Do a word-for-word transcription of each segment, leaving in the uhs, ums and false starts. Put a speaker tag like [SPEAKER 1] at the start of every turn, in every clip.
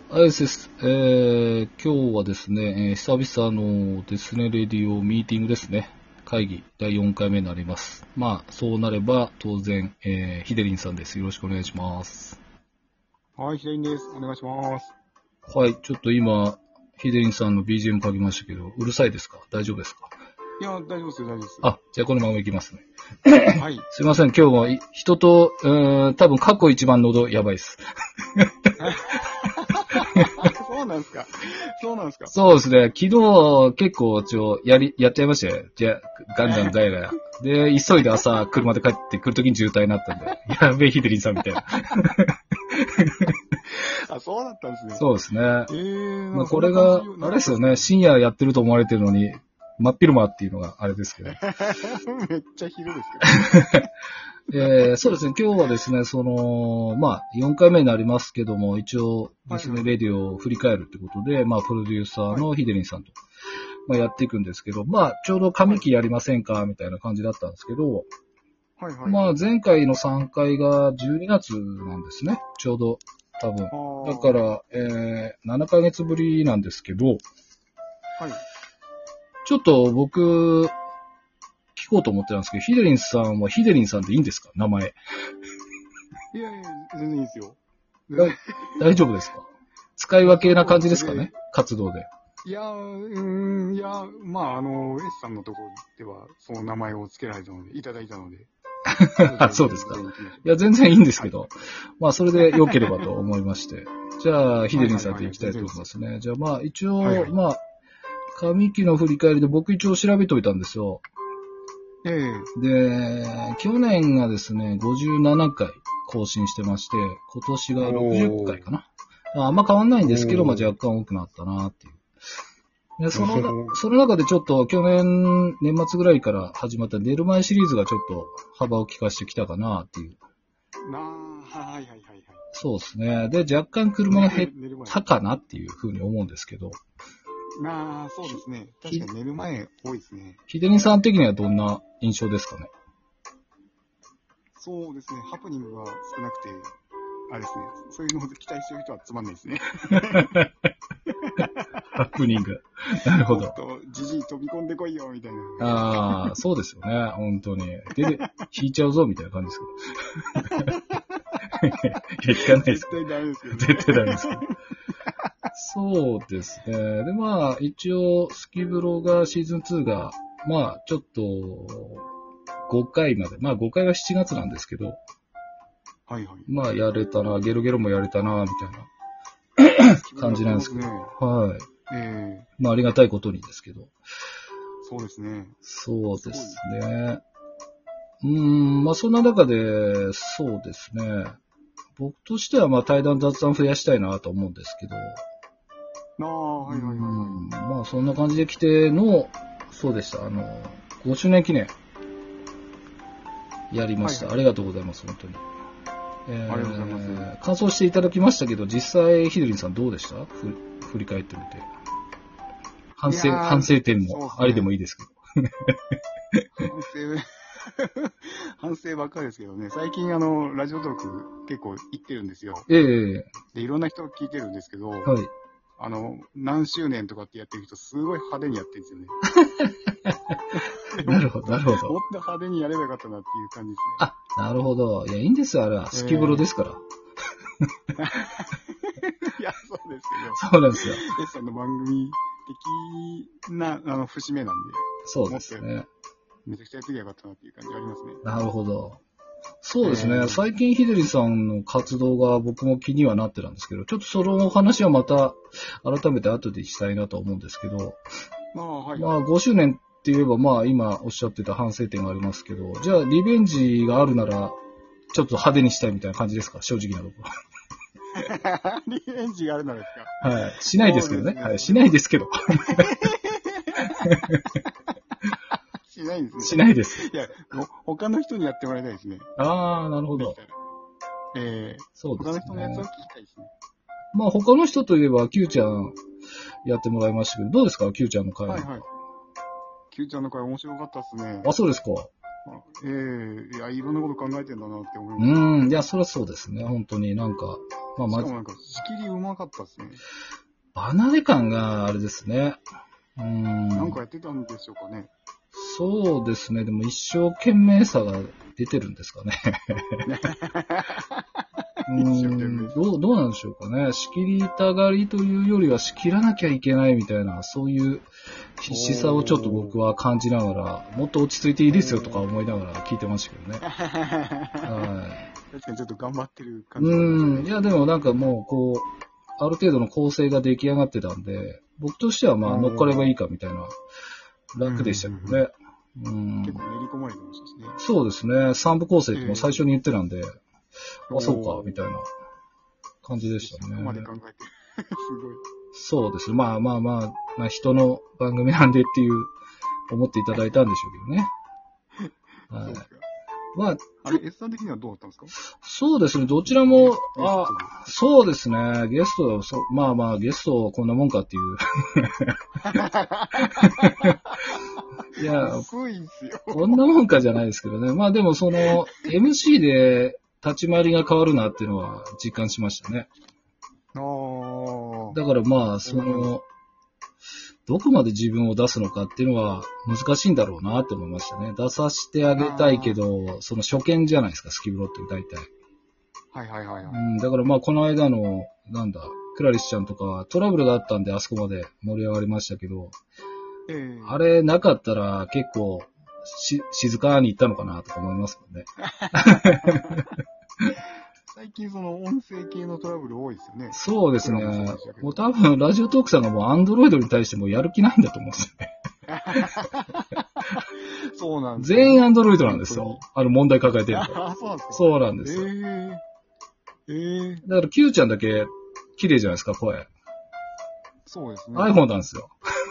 [SPEAKER 1] あれです。えー、今日はですね、えー久々のですね、レディオミーティングですね。会議だいよんかいめになります。まあ、そうなれば、当然、えー、ヒデリンさんです。よろしくお願いします。
[SPEAKER 2] はい、ひでりんです。お願いします。
[SPEAKER 1] はい、ちょっと今、ヒデリンさんの ビージーエム 書きましたけど、うるさいですか？大丈夫ですか？
[SPEAKER 2] いや、大丈夫ですよ、大丈夫です。
[SPEAKER 1] あ、じゃあこのままいきますね。
[SPEAKER 2] はい。
[SPEAKER 1] すいません、今日もい人と、うーん、多分過去一番喉やばいです。
[SPEAKER 2] そうなんですか。そうなんですか。
[SPEAKER 1] そうですね。昨日結構ちょ、やり、やっちゃいましたよ。じゃあ、ガンガンガヤガヤ。で、急いで朝車で帰ってくるときに渋滞になったんで、やべえ、ヒデリンさんみたいな。
[SPEAKER 2] あ、そうだったんですね。
[SPEAKER 1] そうですね。
[SPEAKER 2] えー、
[SPEAKER 1] まあ、これが、あれですよね、深夜やってると思われてるのに、真っ昼間っていうのがあれですけど。
[SPEAKER 2] めっちゃ昼ですけど。
[SPEAKER 1] えー、そうですね、今日はですね、その、まあ、よんかいめになりますけども、一応ですね、
[SPEAKER 2] はいはい
[SPEAKER 1] レディオを振り返るってことで、まあ、プロデューサーのヒデリンさんと、まあ、やっていくんですけど、まあ、ちょうど上期やりませんかみたいな感じだったんですけど、
[SPEAKER 2] はいはい。
[SPEAKER 1] まあ、前回のさんかいがじゅうにがつなんですね。ちょうど、多分。だか
[SPEAKER 2] あ
[SPEAKER 1] ら、えー、ななかげつぶりなんですけど、
[SPEAKER 2] はい。
[SPEAKER 1] ちょっと僕、聞こうと思ってたんですけど、ヒデリンさんはヒデリンさんでいいんですか？名前。
[SPEAKER 2] いやいや、全然いいですよ。
[SPEAKER 1] だ大丈夫ですか？使い分けな感じですかね？活動で。
[SPEAKER 2] いや、うーん、いや、まあ、あの、S さんのところでは、その名前を付けられたので、いただいたので。
[SPEAKER 1] あ、そうですか。いや、全然いいんですけど、はい、まあ、それで良ければと思いまして。じゃあ、ヒデリンさんでいきたいと思いますね。じゃあ、まあ、一応、はいはい、まあ、上期の振り返りで僕一応調べておいたんですよ。
[SPEAKER 2] ええ
[SPEAKER 1] ー、で、去年がですね、ごじゅうななかい更新してまして、今年がろくじゅっかいかな。あんま変わんないんですけど、まあ、若干多くなったなっていう。でその、その中でちょっと去年年末ぐらいから始まった寝る前シリーズがちょっと幅を利かしてきたかなっていう。
[SPEAKER 2] なあ、はいはいはいはい。
[SPEAKER 1] そうですね。で、若干車が減ったかなっていうふうに思うんですけど。
[SPEAKER 2] ああ、そうですね。確かに寝る前多いですね。
[SPEAKER 1] ヒデリンさん的にはどんな印象ですかね？
[SPEAKER 2] そうですね。ハプニングが少なくて、あれですね。そういうのを期待してる人はつまんないですね。
[SPEAKER 1] ハプニング。なるほど。
[SPEAKER 2] もっと、じじい飛び込んでこいよ、みたいな。
[SPEAKER 1] ああ、そうですよね。本当に。で、引いちゃうぞ、みたいな感じですけど。いや、引かないです。
[SPEAKER 2] 絶対ダメですけど、ね。
[SPEAKER 1] 絶対ダメですけど。そうですね。で、まあ、一応、スキブロがシーズンツーが、まあ、ちょっと、ごかいまで。まあ、ごかいはしちがつなんですけど。
[SPEAKER 2] はいはい。
[SPEAKER 1] まあ、やれたな、ゲロゲロもやれたな、みたいな感じなんですけど。ね、はい。
[SPEAKER 2] ええー、
[SPEAKER 1] まあ、ありがたいことにですけど。
[SPEAKER 2] そうですね。
[SPEAKER 1] そうですね。うーん、まあ、そんな中で、そうですね。僕としては、まあ、対談雑談増やしたいなと思うんですけど。
[SPEAKER 2] ああ、はいはいはい、はい。
[SPEAKER 1] まあ、そんな感じで来ての、そうでした。あの、ごしゅうねん記念、やりました。はいはい、ありがとうございます、本当に。えー、
[SPEAKER 2] ありがとうございます。
[SPEAKER 1] 感想していただきましたけど、実際、ヒデリンさんどうでした？ふ振り返ってみて。反省、反省点もありでもいいですけど。
[SPEAKER 2] 反省、反省ばっかりですけどね。最近、あの、ラジオトーク結構行ってるんですよ。
[SPEAKER 1] ええー。
[SPEAKER 2] で、いろんな人聞いてるんですけど、
[SPEAKER 1] はい。
[SPEAKER 2] あの、何周年とかってやってる人、すごい派手にやってるんですよね。
[SPEAKER 1] なるほど、なるほど。
[SPEAKER 2] もっと派手にやればよかったなっていう感じですね。
[SPEAKER 1] あ、なるほど。いや、いいんですよ、あれは。スキブロですから。
[SPEAKER 2] えー、いや、そうですけ
[SPEAKER 1] ど。そうなんですよ。
[SPEAKER 2] S さんの番組的な、あの、節目なんで。
[SPEAKER 1] そうですね。
[SPEAKER 2] めちゃくちゃやってりゃよかったなっていう感じありますね。
[SPEAKER 1] なるほど。そうですね。えー、最近、ヒデリさんの活動が僕も気にはなってたんですけど、ちょっとそのお話はまた、改めて後でしたいなと思うんですけど、
[SPEAKER 2] まあ、はい。
[SPEAKER 1] まあ、ごしゅうねんって言えば、まあ、今おっしゃってた反省点がありますけど、じゃあ、リベンジがあるなら、ちょっと派手にしたいみたいな感じですか？正直なとこ
[SPEAKER 2] ろ。リベンジがあるならです
[SPEAKER 1] か？はい。しないですけどね。ねはい。しないですけど。
[SPEAKER 2] しないんですね。
[SPEAKER 1] しないです。
[SPEAKER 2] いや、他の人にやってもらいたいですね。
[SPEAKER 1] ああ、なるほど。
[SPEAKER 2] ええー、
[SPEAKER 1] そうですね。
[SPEAKER 2] 他の人のやつを聞きたいですね。
[SPEAKER 1] まあ、他の人といえば、Q ちゃんやってもらいましたけど、どうですか？ Q ちゃんの会。
[SPEAKER 2] はいはい。Q ちゃんの会面白かったですね。
[SPEAKER 1] あ、そうですか。
[SPEAKER 2] あええいや、いろんなこと考えてんだなって思います。
[SPEAKER 1] うん、いや、それはそうですね。本当になんか、まあ、まず、
[SPEAKER 2] しかもなんか、仕切りうまかったですね。
[SPEAKER 1] 離れ感があれですね。うん。
[SPEAKER 2] なんかやってたんでしょうかね。
[SPEAKER 1] そうですね。でも一生懸命さが出てるんですかね。う
[SPEAKER 2] 一生懸命
[SPEAKER 1] んどう、どうなんでしょうかね。仕切りたがりというよりは仕切らなきゃいけないみたいな、そういう必死さをちょっと僕は感じながら、もっと落ち着いていいですよとか思いながら聞いてましたけどね。は
[SPEAKER 2] 確かにちょっと頑張ってる
[SPEAKER 1] い。
[SPEAKER 2] 感じがありますね。
[SPEAKER 1] うん。いや、でもなんかもう、こう、ある程度の構成が出来上がってたんで、僕としてはまあ乗っかればいいかみたいな、楽でしたけどね。うん
[SPEAKER 2] 結構練り込まれてましたしね。
[SPEAKER 1] そうですね。三部構成ってもう最初に言ってたんで、あ、そうか、みたいな感じでしたね。
[SPEAKER 2] そこまで考えて。すごい。
[SPEAKER 1] そうです。まあまあまあ、まあ人の番組なんでっていう、思っていただいたんでしょうけどね。はい
[SPEAKER 2] そうですか。
[SPEAKER 1] まあ、
[SPEAKER 2] あれ、S さん的にはどうだったんですか？
[SPEAKER 1] そうですね。どちらも、
[SPEAKER 2] ゲスト
[SPEAKER 1] あ、そうですね。ゲスト、そまあまあ、ゲストこんなもんかっていう。いや、
[SPEAKER 2] 薄いんすよ。
[SPEAKER 1] こんなもんかじゃないですけどね。まあでもその、エムシー で立ち回りが変わるなっていうのは実感しましたね。
[SPEAKER 2] ああ。
[SPEAKER 1] だからまあ、その、どこまで自分を出すのかっていうのは難しいんだろうなって思いましたね。出させてあげたいけど、その初見じゃないですか、スキブロって大体。
[SPEAKER 2] はいはいはいはい。
[SPEAKER 1] うん、だからまあ、この間の、なんだ、クラリスちゃんとかトラブルがあったんであそこまで盛り上がりましたけど、
[SPEAKER 2] ええ
[SPEAKER 1] あれなかったら結構し、静かに行ったのかなとか思いますもんね。
[SPEAKER 2] 最近その音声系のトラブル多いですよね。
[SPEAKER 1] そうですね。
[SPEAKER 2] 僕らもそうでしたけど
[SPEAKER 1] もう多分、ラジオトークさんがもうアンドロイドに対してもうやる気ないんだと思うんですよね。
[SPEAKER 2] そうなんですよ
[SPEAKER 1] 全員アンドロイドなんです
[SPEAKER 2] 本
[SPEAKER 1] よ。あの問題抱えてると。
[SPEAKER 2] ああ、そうなんですか。
[SPEAKER 1] そうなんですよ。
[SPEAKER 2] ええええ
[SPEAKER 1] だから、Q ちゃんだけ綺麗じゃないですか、声。
[SPEAKER 2] そうですね。
[SPEAKER 1] iPhone なんですよ。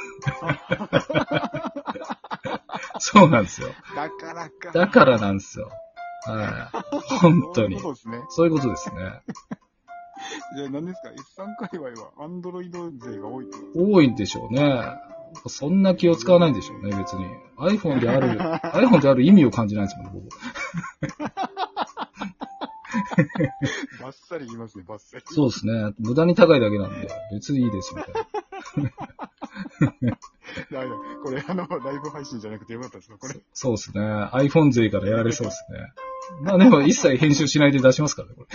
[SPEAKER 1] そうなんですよ。
[SPEAKER 2] だからか。
[SPEAKER 1] だからなんですよ。はい。本当に。
[SPEAKER 2] そういうことですね。
[SPEAKER 1] そういうことですね。
[SPEAKER 2] じゃあ何ですか ?S さん界隈はアンドロイド勢が多いってこと
[SPEAKER 1] 多いんでしょうね。そんな気を使わないんでしょうね、別に。iPhone である、iPhone である意味を感じないですもんね、僕。
[SPEAKER 2] バッサリ言いますね、バッサリ。
[SPEAKER 1] そうですね。無駄に高いだけなんで、別にいいです、みたいな。
[SPEAKER 2] だめだ。これあの、ライブ配信じゃなくてよかったですかこれ。
[SPEAKER 1] そうですね。iPhone 勢からやられそうですね。まあでも一切編集しないで出しますからね、これ。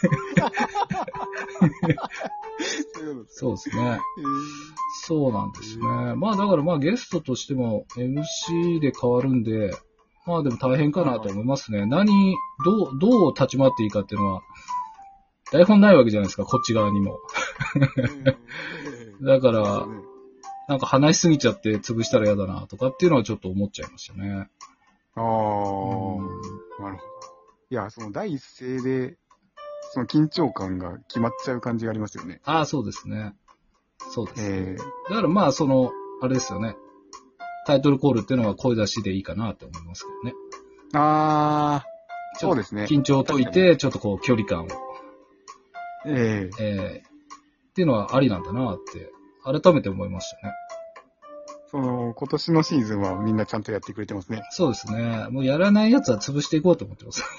[SPEAKER 2] そういうことですか
[SPEAKER 1] そうですね。
[SPEAKER 2] えー
[SPEAKER 1] そうなんですね。まあだからまあゲストとしても エムシー で変わるんで、まあでも大変かなと思いますね。何、どう、どう立ち回っていいかっていうのは、台本ないわけじゃないですか、こっち側にも。
[SPEAKER 2] えー
[SPEAKER 1] だから
[SPEAKER 2] そうですね
[SPEAKER 1] なんか話しすぎちゃって潰したら嫌だなとかっていうのはちょっと思っちゃいましたね。
[SPEAKER 2] ああ、
[SPEAKER 1] うん
[SPEAKER 2] なるほど。いや、その第一声で、その緊張感が決まっちゃう感じがありますよね。
[SPEAKER 1] ああ、そうですね。そうです。
[SPEAKER 2] ええ
[SPEAKER 1] だからまあその、あれですよね。タイトルコールっていうのは声出しでいいかなって思いますけどね。
[SPEAKER 2] ああ、そうですね。
[SPEAKER 1] 緊張を解いて、ちょっとこう距離感を、
[SPEAKER 2] ええ
[SPEAKER 1] えー、っていうのはありなんだなって、改めて思いましたね。
[SPEAKER 2] その、今年のシーズンはみんなちゃんとやってくれてますね。
[SPEAKER 1] そうですね。もうやらないやつは潰していこうと思ってます。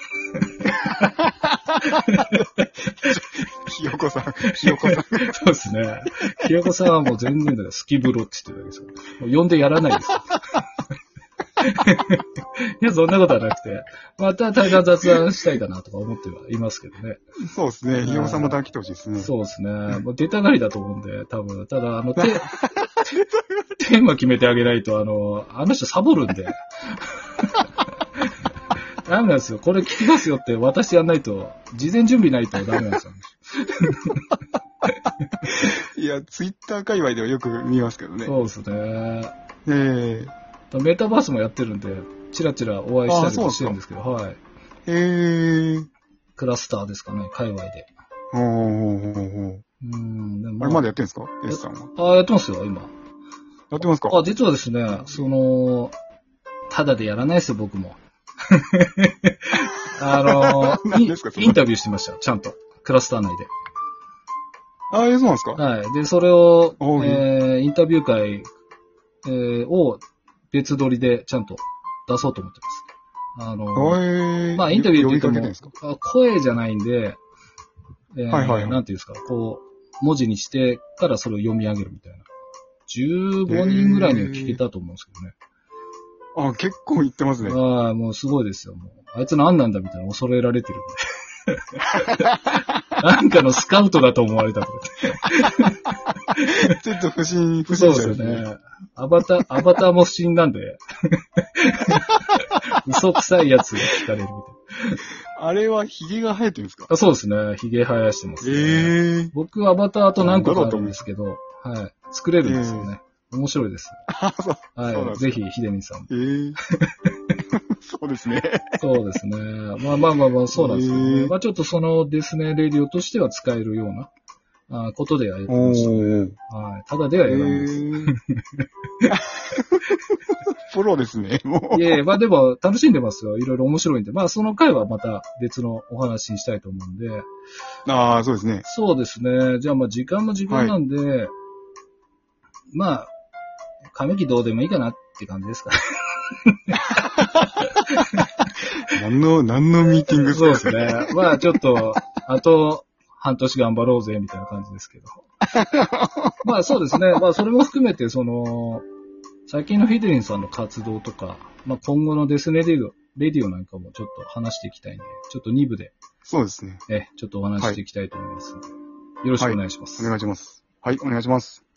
[SPEAKER 2] ひよこさん、ひよこさん。
[SPEAKER 1] そうですね。ひよこさんはもう全然だから、スキブロって言ってるだけですよ。もう呼んでやらないですよ。いや、そんなことはなくて、また大変雑談したいかなとか思ってはいますけどね。
[SPEAKER 2] そうですね。ひよこさんまた来てほしいですね。
[SPEAKER 1] そうですね。もう出たがりだと思うんで、多分。ただ、あの、テテーマ決めてあげないと、あの、あの人サボるんで。ダメなんですよ。これ聞きますよって渡してやんないと、事前準備ないとダメなんですよ。
[SPEAKER 2] いや、ツイッター界隈ではよく見ますけどね。
[SPEAKER 1] そうですね。
[SPEAKER 2] え
[SPEAKER 1] メタバースもやってるんで、チラチラお会いしたりもしてるんですけど、はい。
[SPEAKER 2] えええ
[SPEAKER 1] クラスターですかね、界隈で。
[SPEAKER 2] ほうほうほうほう。
[SPEAKER 1] うん、でも
[SPEAKER 2] あれまだやってんですか ?S さんは。
[SPEAKER 1] ああ、やってますよ、今。
[SPEAKER 2] やってますか
[SPEAKER 1] あ、実はですね、その、ただでやらないですよ、僕も。あのイン、
[SPEAKER 2] 何ですかそれ
[SPEAKER 1] インタビューしてました、ちゃんと。クラスター内で。
[SPEAKER 2] ああ、えそうなんですか
[SPEAKER 1] はい。で、それを、
[SPEAKER 2] おう
[SPEAKER 1] えー、インタビュー会、えー、を別撮りでちゃんと出そうと思ってます。 あの、
[SPEAKER 2] えー、
[SPEAKER 1] まあ、インタビューって言って
[SPEAKER 2] 呼びかけてるんですか？
[SPEAKER 1] も、あ声じゃないんで、えー
[SPEAKER 2] はいはいはい
[SPEAKER 1] なんていうんですか、こう、文字にしてからそれを読み上げるみたいな。じゅうごにんぐらいには聞けたと思うんですけどね。
[SPEAKER 2] あ、結構言ってますね。
[SPEAKER 1] ああ、もうすごいですよ。もうあいつ何なんだみたいな恐れられてるんで。なんかのスカウトだと思われたとか
[SPEAKER 2] ちょっと不審、不
[SPEAKER 1] そう
[SPEAKER 2] 審者
[SPEAKER 1] ですよね。アバター、アバターも不審なんで。嘘くさいやつが聞かれるみたいな。
[SPEAKER 2] あれはヒゲが生えてるんですか？
[SPEAKER 1] あそうですね。髭生やしてます、
[SPEAKER 2] え
[SPEAKER 1] ね。
[SPEAKER 2] えー。
[SPEAKER 1] 僕はアバターと何個かあるんですけど、はい。作れるんですよね。面白いです。
[SPEAKER 2] あ、そう。そうなん
[SPEAKER 1] はい。
[SPEAKER 2] ですか
[SPEAKER 1] ぜひ、ヒデニさん。
[SPEAKER 2] ええー。そうですね。
[SPEAKER 1] そうですね。まあまあまあまあ、そうなんですけどね。
[SPEAKER 2] へー
[SPEAKER 1] まあちょっとそのですね、レディオとしては使えるような、あことではやってましたね。
[SPEAKER 2] ー。
[SPEAKER 1] はい。ただでは
[SPEAKER 2] え
[SPEAKER 1] やらないです。
[SPEAKER 2] ー。プロですね、もう。
[SPEAKER 1] いえいえ、まあでも楽しんでますよ。いろいろ面白いんで。まあその回はまた別のお話にしたいと思うんで。
[SPEAKER 2] ああ、そうですね。
[SPEAKER 1] そうですね。じゃあまあ時間も時間なんで、まあ、髪切どうでもいいかなって感じですかね。
[SPEAKER 2] 何の、何のミーティング
[SPEAKER 1] そうですね。まあちょっと、あと半年頑張ろうぜみたいな感じですけど。まあそうですね。まあそれも含めて、その、最近のヒデリンさんの活動とか、まあ今後のデスネレディオ、レディオなんかもちょっと話していきたいんで、ちょっとに部で、
[SPEAKER 2] そうですね。
[SPEAKER 1] え、ちょっとお話ししていきたいと思いますので、よろしくお願いします。
[SPEAKER 2] お願いします。はい、お願いします。